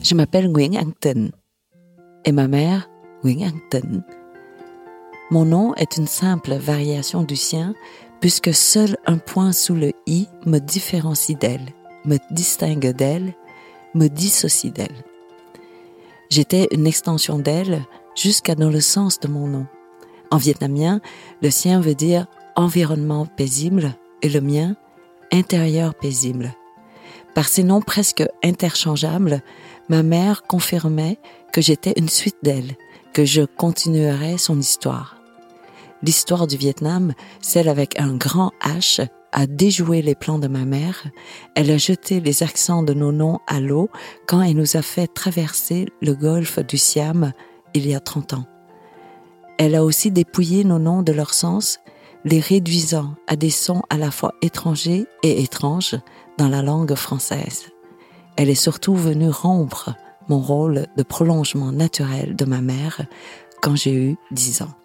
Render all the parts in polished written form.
Je m'appelle Nguyễn Anh Tịnh et ma mère, Nguyễn Anh Tịnh. Mon nom est une simple variation du sien puisque seul un point sous le « i » me différencie d'elle, me distingue d'elle, me dissocie d'elle. J'étais une extension d'elle jusqu'à dans le sens de mon nom. En vietnamien, le sien veut dire « environnement paisible » et le mien « intérieur paisible ». Par ces noms presque interchangeables, ma mère confirmait que j'étais une suite d'elle, que je continuerais son histoire. L'histoire du Vietnam, celle avec un grand H, a déjoué les plans de ma mère. Elle a jeté les accents de nos noms à l'eau quand elle nous a fait traverser le golfe du Siam il y a 30 ans. Elle a aussi dépouillé nos noms de leur sens, les réduisant à des sons à la fois étrangers et étranges dans la langue française. Elle est surtout venue rompre mon rôle de prolongement naturel de ma mère quand j'ai eu 10 ans.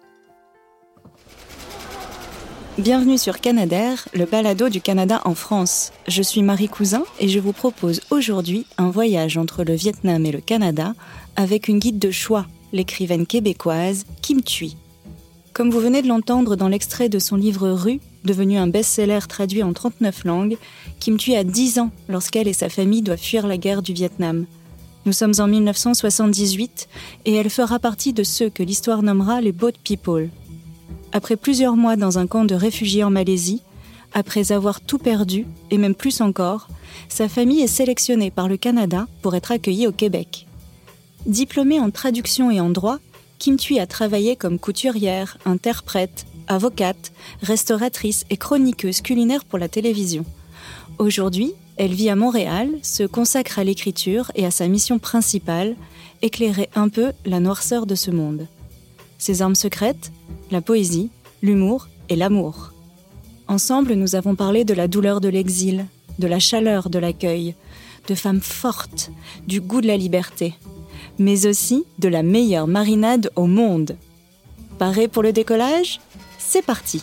Bienvenue sur Canadair, le balado du Canada en France. Je suis Marie Cousin et je vous propose aujourd'hui un voyage entre le Vietnam et le Canada avec une guide de choix, l'écrivaine québécoise Kim Thuy. Comme vous venez de l'entendre dans l'extrait de son livre Rue, devenu un best-seller traduit en 39 langues, Kim Thuy a 10 ans lorsqu'elle et sa famille doivent fuir la guerre du Vietnam. Nous sommes en 1978 et elle fera partie de ceux que l'histoire nommera les Boat People. Après plusieurs mois dans un camp de réfugiés en Malaisie, après avoir tout perdu, et même plus encore, sa famille est sélectionnée par le Canada pour être accueillie au Québec. Diplômée en traduction et en droit, Kim Thuy a travaillé comme couturière, interprète, avocate, restauratrice et chroniqueuse culinaire pour la télévision. Aujourd'hui, elle vit à Montréal, se consacre à l'écriture et à sa mission principale, éclairer un peu la noirceur de ce monde. Ses armes secrètes, la poésie, l'humour et l'amour. Ensemble, nous avons parlé de la douleur de l'exil, de la chaleur de l'accueil, de femmes fortes, du goût de la liberté, mais aussi de la meilleure marinade au monde. Paré pour le décollage ? C'est parti!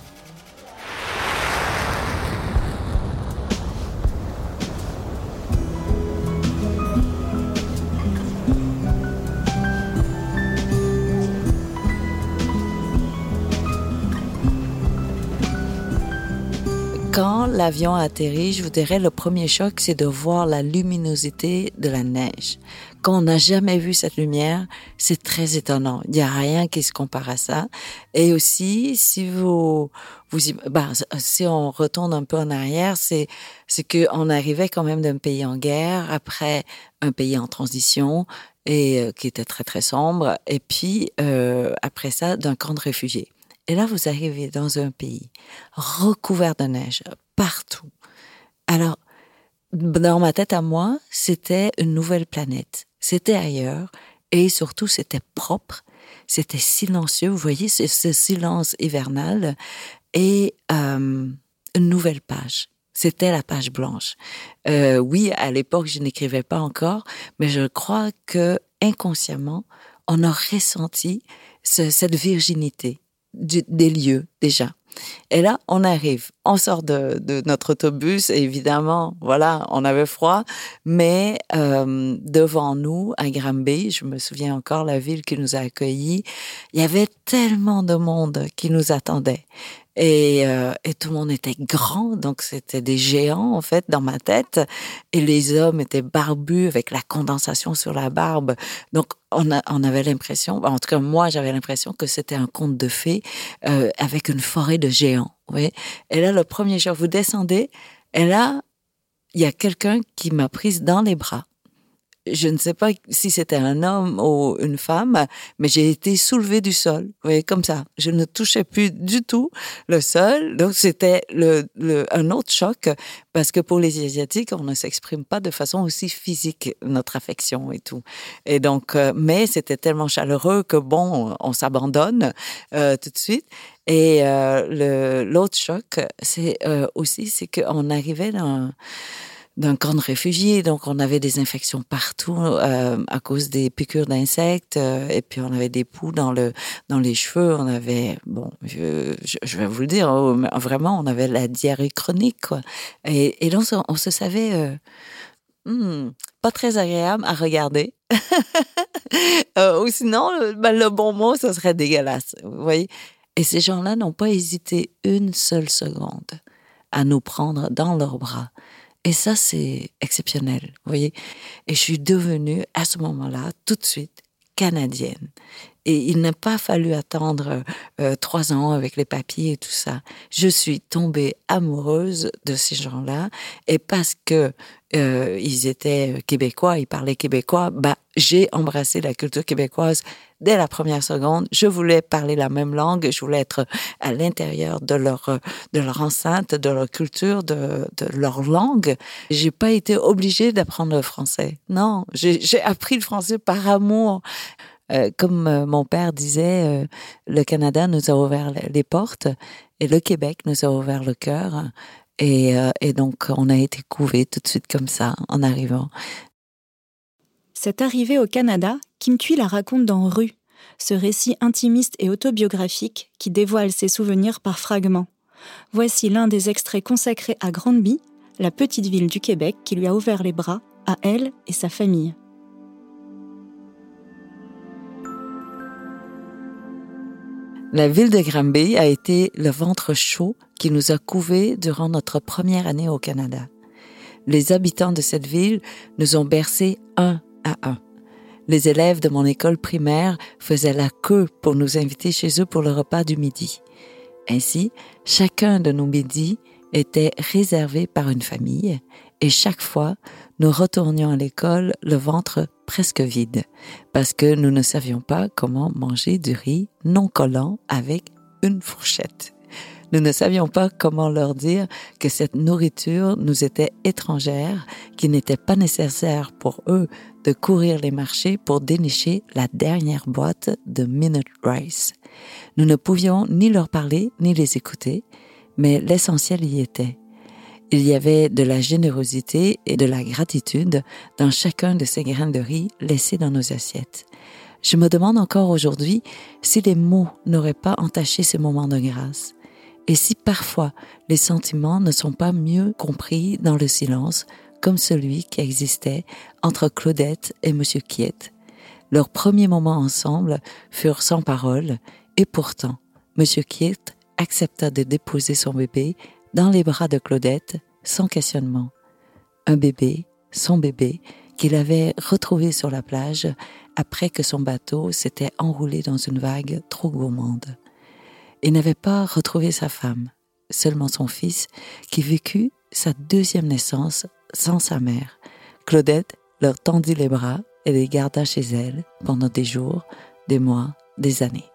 Quand l'avion a atterri, je vous dirais, le premier choc, c'est de voir la luminosité de la neige. Quand on n'a jamais vu cette lumière, c'est très étonnant. Il n'y a rien qui se compare à ça. Et aussi, si si on retourne un peu en arrière, c'est qu'on arrivait quand même d'un pays en guerre, après un pays en transition, et qui était très, très sombre, et puis après ça, d'un camp de réfugiés. Et là, vous arrivez dans un pays recouvert de neige partout. Alors, dans ma tête à moi, c'était une nouvelle planète. C'était ailleurs et surtout, c'était propre, c'était silencieux. Vous voyez, c'est ce silence hivernal et une nouvelle page. C'était la page blanche. Oui, à l'époque, je n'écrivais pas encore, mais je crois que inconsciemment, on a ressenti cette virginité des lieux déjà. Et là, on arrive, on sort de notre autobus, et évidemment, voilà, on avait froid, mais devant nous, à Granby, je me souviens encore la ville qui nous a accueillis, il y avait tellement de monde qui nous attendait. Et tout le monde était grand, donc c'était des géants en fait dans ma tête. Et les hommes étaient barbus avec la condensation sur la barbe. Donc on avait l'impression, en tout cas moi j'avais l'impression que c'était un conte de fées avec une forêt de géants. Oui. Et là le premier jour vous descendez, et là il y a quelqu'un qui m'a prise dans les bras. Je ne sais pas si c'était un homme ou une femme, mais j'ai été soulevée du sol, vous voyez, comme ça. Je ne touchais plus du tout le sol. Donc, c'était un autre choc, parce que pour les Asiatiques, on ne s'exprime pas de façon aussi physique, notre affection et tout. Et donc, mais c'était tellement chaleureux que bon, on s'abandonne tout de suite. Et l'autre choc, c'est qu'on arrivait d'un camp de réfugiés, donc on avait des infections partout à cause des piqûres d'insectes, et puis on avait des poux dans les cheveux, on avait, bon, je vais vous le dire, vraiment, on avait la diarrhée chronique, quoi. Et donc on se savait pas très agréable à regarder. Ou sinon, le bon mot, ça serait dégueulasse. Vous voyez? Et ces gens-là n'ont pas hésité une seule seconde à nous prendre dans leurs bras. Et ça, c'est exceptionnel, vous voyez. Et je suis devenue, à ce moment-là, tout de suite, canadienne. Et il n'a pas fallu attendre 3 ans avec les papiers et tout ça. Je suis tombée amoureuse de ces gens-là. Et parce que ils étaient québécois, ils parlaient québécois, j'ai embrassé la culture québécoise dès la première seconde. Je voulais parler la même langue, je voulais être à l'intérieur de leur enceinte, de leur culture, de leur langue. J'ai pas été obligée d'apprendre le français. Non, j'ai appris le français par amour. Comme mon père disait, le Canada nous a ouvert les portes et le Québec nous a ouvert le cœur. Et donc, on a été couvés tout de suite comme ça, en arrivant. Cette arrivée au Canada, Kim Thuy la raconte dans Rue, ce récit intimiste et autobiographique qui dévoile ses souvenirs par fragments. Voici l'un des extraits consacrés à Granby, la petite ville du Québec qui lui a ouvert les bras, à elle et sa famille. La ville de Granby a été le ventre chaud qui nous a couvés durant notre première année au Canada. Les habitants de cette ville nous ont bercés un à un. Les élèves de mon école primaire faisaient la queue pour nous inviter chez eux pour le repas du midi. Ainsi, chacun de nos midis était réservé par une famille et chaque fois, nous retournions à l'école le ventre presque vide parce que nous ne savions pas comment manger du riz non collant avec une fourchette. Nous ne savions pas comment leur dire que cette nourriture nous était étrangère, qu'il n'était pas nécessaire pour eux de courir les marchés pour dénicher la dernière boîte de Minute Rice. Nous ne pouvions ni leur parler ni les écouter, mais l'essentiel y était. Il y avait de la générosité et de la gratitude dans chacun de ces grains de riz laissés dans nos assiettes. Je me demande encore aujourd'hui si les mots n'auraient pas entaché ces moments de grâce. Et si parfois les sentiments ne sont pas mieux compris dans le silence, comme celui qui existait entre Claudette et M. Quiet. Leurs premiers moments ensemble furent sans parole, et pourtant, M. Quiet accepta de déposer son bébé dans les bras de Claudette sans questionnement. Un bébé, son bébé, qu'il avait retrouvé sur la plage après que son bateau s'était enroulé dans une vague trop gourmande. Il n'avait pas retrouvé sa femme, seulement son fils, qui vécut sa deuxième naissance sans sa mère. Claudette leur tendit les bras et les garda chez elle pendant des jours, des mois, des années.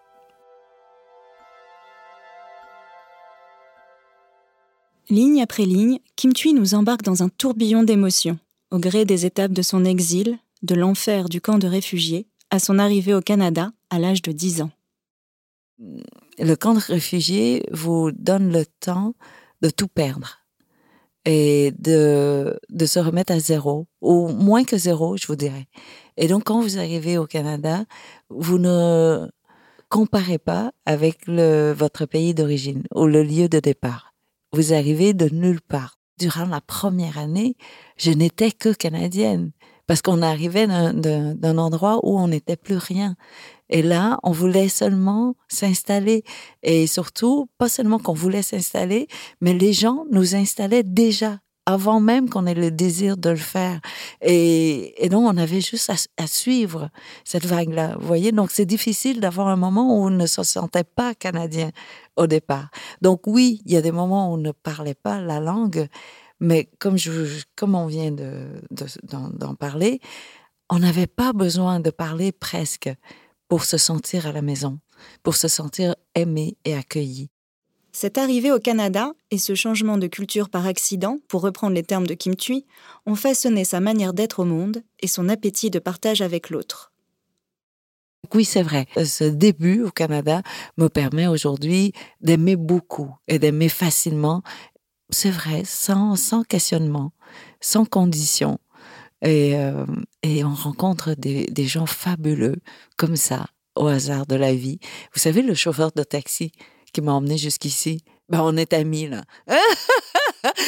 Ligne après ligne, Kim Thuy nous embarque dans un tourbillon d'émotions, au gré des étapes de son exil, de l'enfer du camp de réfugiés, à son arrivée au Canada à l'âge de 10 ans. Le camp de réfugiés vous donne le temps de tout perdre et de se remettre à zéro, ou moins que zéro, je vous dirais. Et donc, quand vous arrivez au Canada, vous ne comparez pas avec votre pays d'origine ou le lieu de départ. Vous arrivez de nulle part. Durant la première année, je n'étais que canadienne parce qu'on arrivait d'un endroit où on n'était plus rien. Et là, on voulait seulement s'installer. Et surtout, pas seulement qu'on voulait s'installer, mais les gens nous installaient déjà, avant même qu'on ait le désir de le faire. Et donc, on avait juste à suivre cette vague-là. Vous voyez? Donc, c'est difficile d'avoir un moment où on ne se sentait pas canadien au départ. Donc, oui, il y a des moments où on ne parlait pas la langue, mais comme on vient d'en parler, on n'avait pas besoin de parler presque pour se sentir à la maison, pour se sentir aimé et accueilli. Cette arrivée au Canada et ce changement de culture par accident, pour reprendre les termes de Kim Thuy, ont façonné sa manière d'être au monde et son appétit de partage avec l'autre. Oui, c'est vrai. Ce début au Canada me permet aujourd'hui d'aimer beaucoup et d'aimer facilement. C'est vrai, sans questionnement, sans condition. Et on rencontre des gens fabuleux comme ça, au hasard de la vie. Vous savez, le chauffeur de taxi qui m'a emmené jusqu'ici, on est amis, là.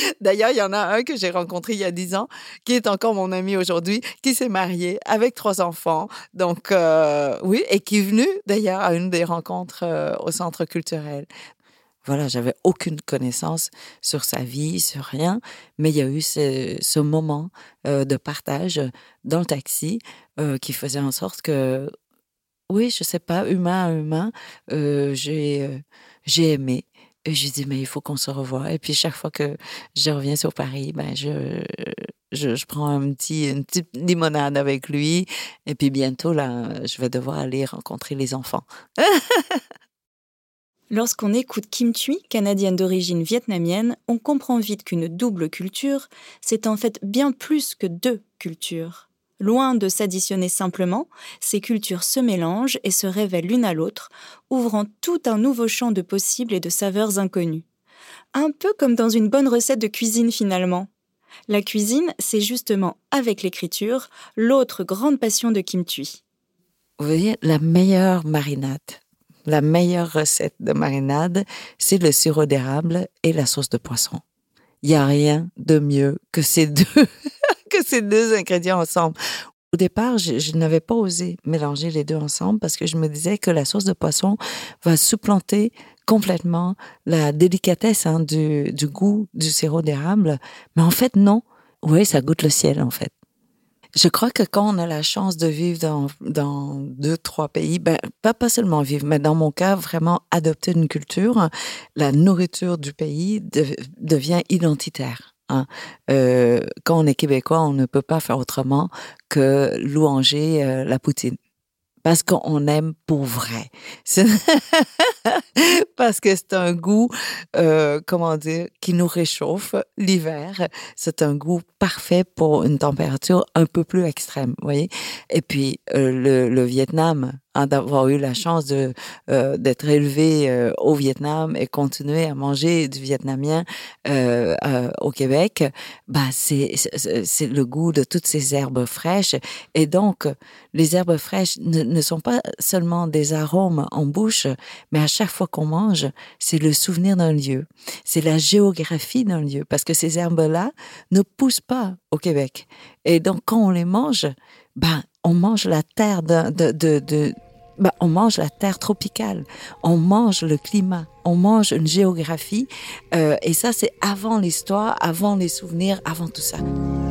D'ailleurs, il y en a un que j'ai rencontré il y a 10 ans, qui est encore mon ami aujourd'hui, qui s'est marié avec 3 enfants. Donc, oui, et qui est venu d'ailleurs à une des rencontres au centre culturel. Voilà, j'avais aucune connaissance sur sa vie, sur rien, mais il y a eu ce moment de partage dans le taxi qui faisait en sorte que, oui, je sais pas, humain à humain, j'ai aimé. Et j'ai dit, mais il faut qu'on se revoie. Et puis chaque fois que je reviens sur Paris, ben je prends une petite limonade avec lui. Et puis bientôt, là, je vais devoir aller rencontrer les enfants. Lorsqu'on écoute Kim Thuy, canadienne d'origine vietnamienne, on comprend vite qu'une double culture, c'est en fait bien plus que deux cultures. Loin de s'additionner simplement, ces cultures se mélangent et se révèlent l'une à l'autre, ouvrant tout un nouveau champ de possibles et de saveurs inconnues. Un peu comme dans une bonne recette de cuisine finalement. La cuisine, c'est justement, avec l'écriture, l'autre grande passion de Kim Thuy. Vous voyez, la meilleure marinade, la meilleure recette de marinade, c'est le sirop d'érable et la sauce de poisson. Il n'y a rien de mieux que ces deux, que ces deux ingrédients ensemble. Au départ, je n'avais pas osé mélanger les deux ensemble parce que je me disais que la sauce de poisson va supplanter complètement la délicatesse du goût du sirop d'érable. Mais en fait, non. Oui, ça goûte le ciel, en fait. Je crois que quand on a la chance de vivre dans 2-3 pays, ben, pas seulement vivre, mais dans mon cas, vraiment adopter une culture, la nourriture du pays devient identitaire. Hein. Quand on est québécois, on ne peut pas faire autrement que louanger la poutine. Parce qu'on aime pour vrai. Parce que c'est un goût, comment dire, qui nous réchauffe l'hiver. C'est un goût parfait pour une température un peu plus extrême, vous voyez. Et puis, le Vietnam, hein, d'avoir eu la chance d'être élevé au Vietnam et continuer à manger du vietnamien au Québec, bah c'est le goût de toutes ces herbes fraîches. Et donc, les herbes fraîches ne sont pas seulement des arômes en bouche, mais à chaque fois qu'on mange, c'est le souvenir d'un lieu. C'est la géographie d'un lieu. Parce que ces herbes-là ne poussent pas au Québec. Et donc, quand on les mange, ben, on mange la terre on mange la terre tropicale. On mange le climat. On mange une géographie. Et ça, c'est avant l'histoire, avant les souvenirs, avant tout ça.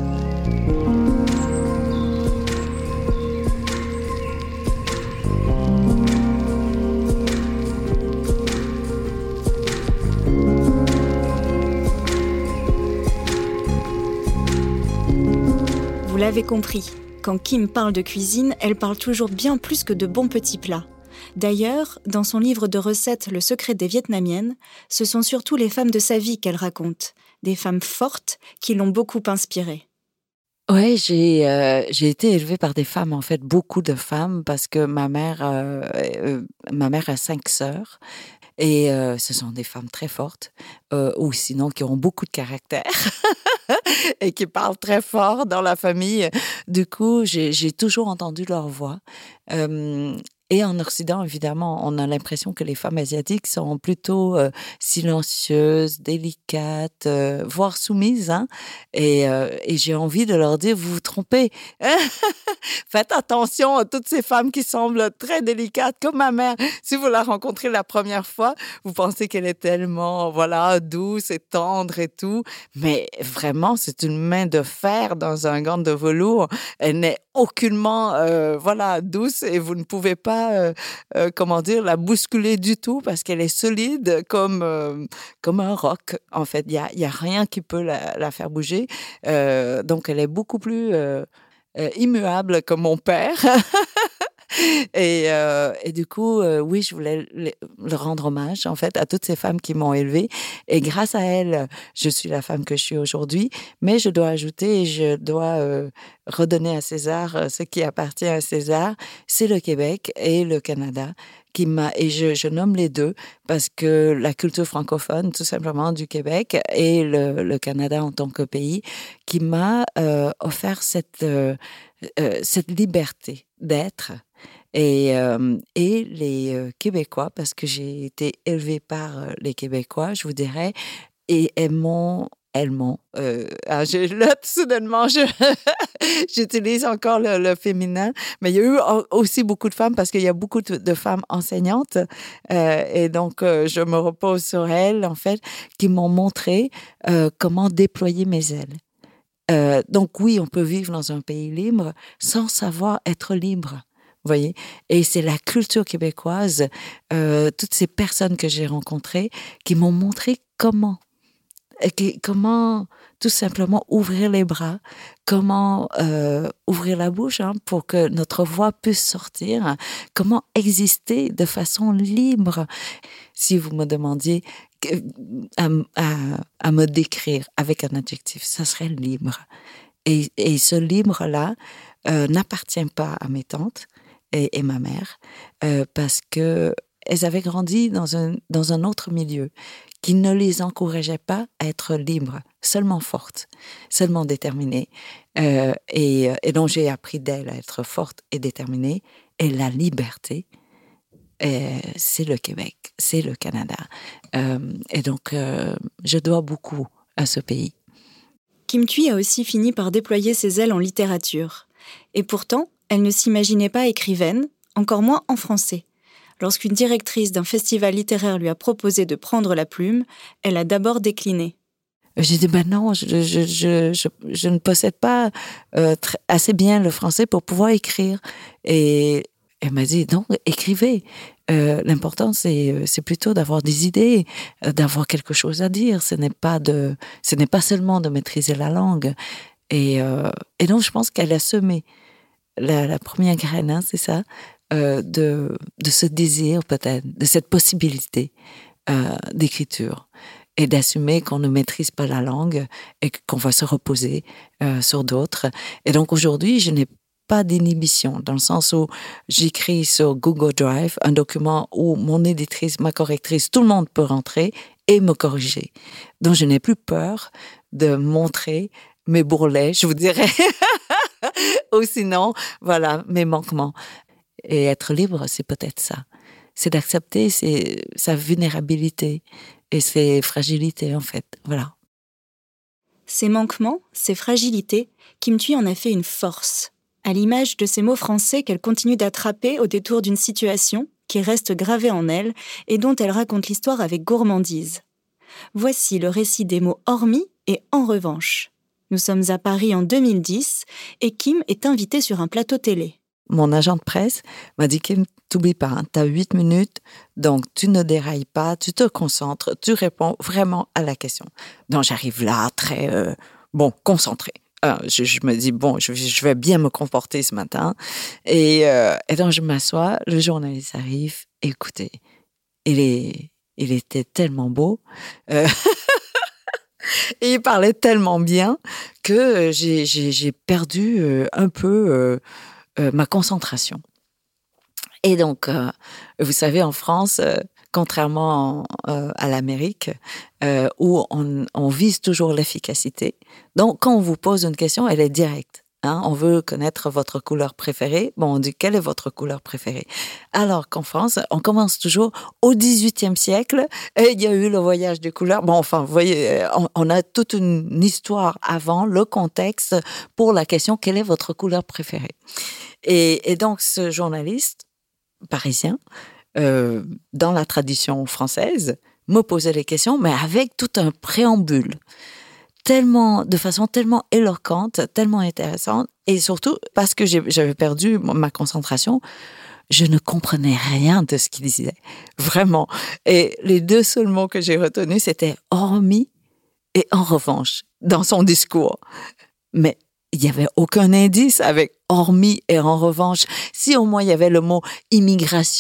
Vous l'avez compris, quand Kim parle de cuisine, elle parle toujours bien plus que de bons petits plats. D'ailleurs, dans son livre de recettes Le secret des Vietnamiennes, ce sont surtout les femmes de sa vie qu'elle raconte, des femmes fortes qui l'ont beaucoup inspirée. Ouais, j'ai été élevée par des femmes, en fait, beaucoup de femmes, parce que ma mère a 5 sœurs. Et ce sont des femmes très fortes, ou sinon qui ont beaucoup de caractère et qui parlent très fort dans la famille. Du coup, j'ai toujours entendu leur voix. Et en Occident, évidemment, on a l'impression que les femmes asiatiques sont plutôt silencieuses, délicates, voire soumises. Hein? Et j'ai envie de leur dire, vous vous trompez. Faites attention à toutes ces femmes qui semblent très délicates, comme ma mère. Si vous la rencontrez la première fois, vous pensez qu'elle est tellement, voilà, douce et tendre et tout. Mais vraiment, c'est une main de fer dans un gant de velours. Elle n'est aucunement, voilà, douce et vous ne pouvez pas, comment dire, la bousculer du tout parce qu'elle est solide comme un roc. En fait, il y a rien qui peut la faire bouger. Donc, elle est beaucoup plus immuable comme mon père. Et du coup, oui, je voulais le rendre hommage, en fait, à toutes ces femmes qui m'ont élevée. Et grâce à elles, je suis la femme que je suis aujourd'hui. Mais je dois ajouter, je dois redonner à César ce qui appartient à César. C'est le Québec et le Canada et je nomme les deux parce que la culture francophone, tout simplement, du Québec et le Canada en tant que pays, qui m'a offert cette liberté d'être. Et les Québécois, parce que j'ai été élevée par les Québécois, je vous dirais, et elles m'ont elles m'ont. Là, soudainement, j'utilise encore le féminin, mais il y a eu aussi beaucoup de femmes parce qu'il y a beaucoup de femmes enseignantes. Et donc, je me repose sur elles, en fait, qui m'ont montré comment déployer mes ailes. Donc oui, on peut vivre dans un pays libre sans savoir être libre. Vous voyez? Et c'est la culture québécoise, toutes ces personnes que j'ai rencontrées qui m'ont montré comment tout simplement ouvrir les bras, comment ouvrir la bouche pour que notre voix puisse sortir, comment exister de façon libre. Si vous me demandiez à me décrire avec un adjectif, ça serait libre. Et ce libre-là n'appartient pas à mes tantes et ma mère, parce que elles avaient grandi dans un autre milieu qui ne les encourageait pas à être libres, seulement fortes, seulement déterminées. Et donc, j'ai appris d'elles à être fortes et déterminées. Et la liberté, c'est le Québec, c'est le Canada. Et donc, je dois beaucoup à ce pays. Kim Thuy a aussi fini par déployer ses ailes en littérature. Et pourtant, elle ne s'imaginait pas écrivaine, encore moins en français. Lorsqu'une directrice d'un festival littéraire lui a proposé de prendre la plume, elle a d'abord décliné. J'ai dit, non, je ne possède pas assez bien le français pour pouvoir écrire. Et elle m'a dit, non, écrivez. L'important, c'est plutôt d'avoir des idées, d'avoir quelque chose à dire. Ce n'est pas seulement de maîtriser la langue. Et donc, je pense qu'elle a semé la première graine, c'est ça, de ce désir peut-être, de cette possibilité d'écriture et d'assumer qu'on ne maîtrise pas la langue et qu'on va se reposer sur d'autres. Et donc aujourd'hui, je n'ai pas d'inhibition, dans le sens où j'écris sur Google Drive un document où mon éditrice, ma correctrice, tout le monde peut rentrer et me corriger. Donc je n'ai plus peur de montrer mes bourrelets, je vous dirais, ou sinon, voilà, mes manquements. Et être libre, c'est peut-être ça. C'est d'accepter sa vulnérabilité et ses fragilités, en fait. Voilà. Ces manquements, ces fragilités, Kim Thuy en a fait une force. À l'image de ces mots français qu'elle continue d'attraper au détour d'une situation qui reste gravée en elle et dont elle raconte l'histoire avec gourmandise. Voici le récit des mots « hormis » et « en revanche ». Nous sommes à Paris en 2010 et Kim est invitée sur un plateau télé. Mon agent de presse m'a dit, Kim, t'oublies pas, tu as 8 minutes, donc tu ne dérailles pas, tu te concentres, tu réponds vraiment à la question. Donc j'arrive là, très, concentrée. Je me dis, je vais bien me comporter ce matin. Et donc je m'assois, le journaliste arrive, écoutez, il était tellement beau. Et il parlait tellement bien que j'ai perdu un peu ma concentration. Et donc, vous savez, en France, contrairement à l'Amérique, où on vise toujours l'efficacité, donc quand on vous pose une question, elle est directe. On veut connaître votre couleur préférée. Bon, on dit, quelle est votre couleur préférée? Alors qu'en France, on commence toujours au XVIIIe siècle, et il y a eu le voyage des couleurs. Bon, enfin, vous voyez, on a toute une histoire avant, le contexte pour la question, quelle est votre couleur préférée? Et donc, ce journaliste parisien, dans la tradition française, me posait les questions, mais avec tout un préambule. De façon tellement éloquente, tellement intéressante, et surtout parce que j'avais perdu ma concentration, je ne comprenais rien de ce qu'il disait, vraiment. Et les deux seuls mots que j'ai retenus, c'était « hormis » et « en revanche » dans son discours. Mais il n'y avait aucun indice avec « hormis » et « en revanche ». Si au moins il y avait le mot « immigration »,«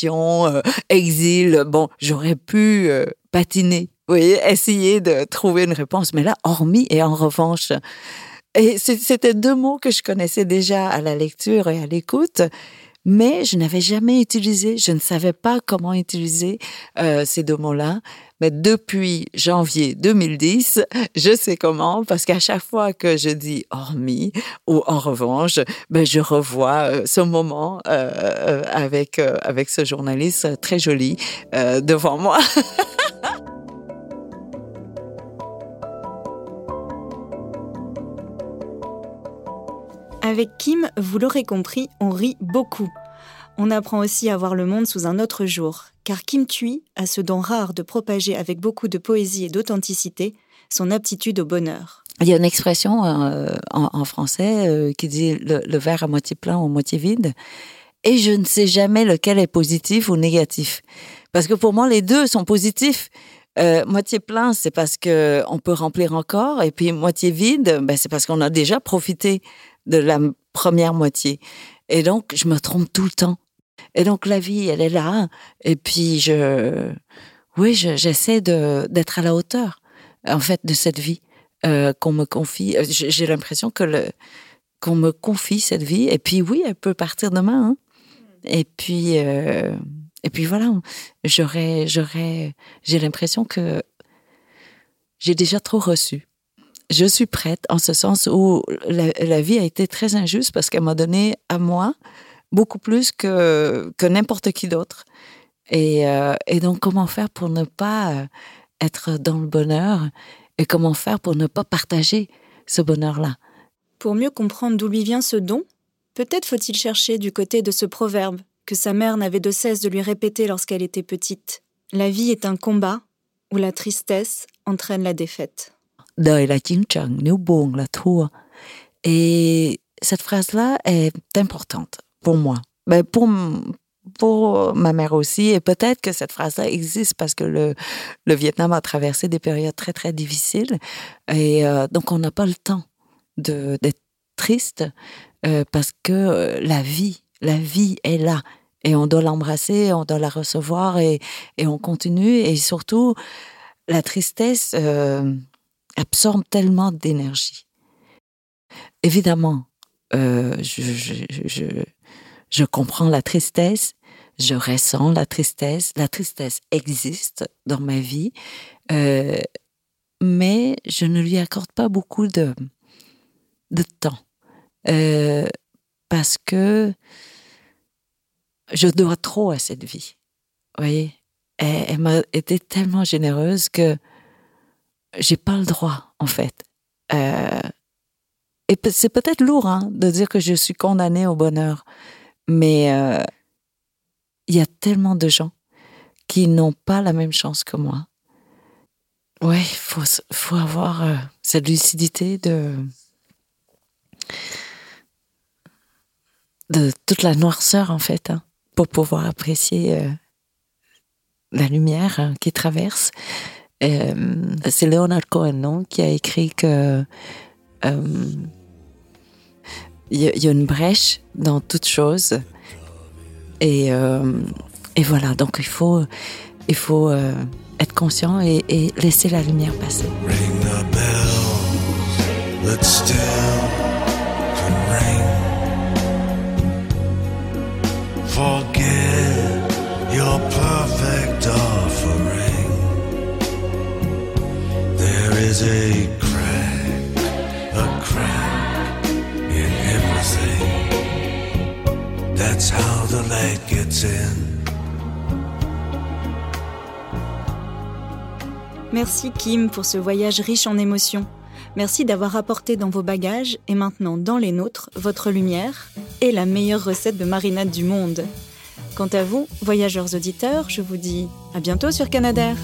exil », j'aurais pu patiner. Vous voyez, essayer de trouver une réponse. Mais là, hormis et en revanche. Et c'était deux mots que je connaissais déjà à la lecture et à l'écoute, mais je n'avais jamais utilisé, je ne savais pas comment utiliser ces deux mots-là. Mais depuis janvier 2010, je sais comment, parce qu'à chaque fois que je dis hormis ou en revanche, je revois ce moment avec ce journaliste très joli devant moi. Avec Kim, vous l'aurez compris, on rit beaucoup. On apprend aussi à voir le monde sous un autre jour, car Kim Thuy a ce don rare de propager avec beaucoup de poésie et d'authenticité son aptitude au bonheur. Il y a une expression en français qui dit le verre à moitié plein ou à moitié vide, et je ne sais jamais lequel est positif ou négatif. Parce que pour moi, les deux sont positifs. Moitié plein, c'est parce qu'on peut remplir encore, et puis moitié vide, c'est parce qu'on a déjà profité de la première moitié. Et donc, je me trompe tout le temps. Et donc, la vie, elle est là. Et puis, j'essaie d'être à la hauteur, en fait, de cette vie qu'on me confie. J'ai l'impression qu'on me confie cette vie. Et puis, oui, elle peut partir demain. Hein. Et puis voilà. J'ai l'impression que j'ai déjà trop reçu. Je suis prête, en ce sens où la vie a été très injuste parce qu'elle m'a donné à moi beaucoup plus que n'importe qui d'autre. Et donc, comment faire pour ne pas être dans le bonheur et comment faire pour ne pas partager ce bonheur-là? Pour mieux comprendre d'où lui vient ce don, peut-être faut-il chercher du côté de ce proverbe que sa mère n'avait de cesse de lui répéter lorsqu'elle était petite. La vie est un combat où la tristesse entraîne la défaite. Đời là chiến trận, nếu buồn là thua. Et cette phrase-là est importante pour moi. Pour ma mère aussi. Et peut-être que cette phrase-là existe parce que le Vietnam a traversé des périodes très, très difficiles. Et donc, on n'a pas le temps d'être triste parce que la vie est là. Et on doit l'embrasser, on doit la recevoir et on continue. Et surtout, la tristesse absorbe tellement d'énergie. Évidemment, je comprends la tristesse, je ressens la tristesse existe dans ma vie, mais je ne lui accorde pas beaucoup de temps, parce que je dois trop à cette vie, vous voyez. Elle m'a été tellement généreuse que j'ai pas le droit, en fait. Et c'est peut-être lourd de dire que je suis condamnée au bonheur, mais il y a tellement de gens qui n'ont pas la même chance que moi. Ouais, faut avoir cette lucidité de toute la noirceur, en fait, pour pouvoir apprécier la lumière qui traverse. C'est Leonard Cohen, non, qui a écrit que il y a une brèche dans toute chose et voilà, donc il faut être conscient et laisser la lumière passer. Ring the bells that still can ring. Forget your perfect offering. There is a crack in everything. That's how the light gets in. Merci Kim pour ce voyage riche en émotions. Merci d'avoir apporté dans vos bagages et maintenant dans les nôtres votre lumière et la meilleure recette de marinade du monde. Quant à vous, voyageurs auditeurs, je vous dis à bientôt sur Canadair.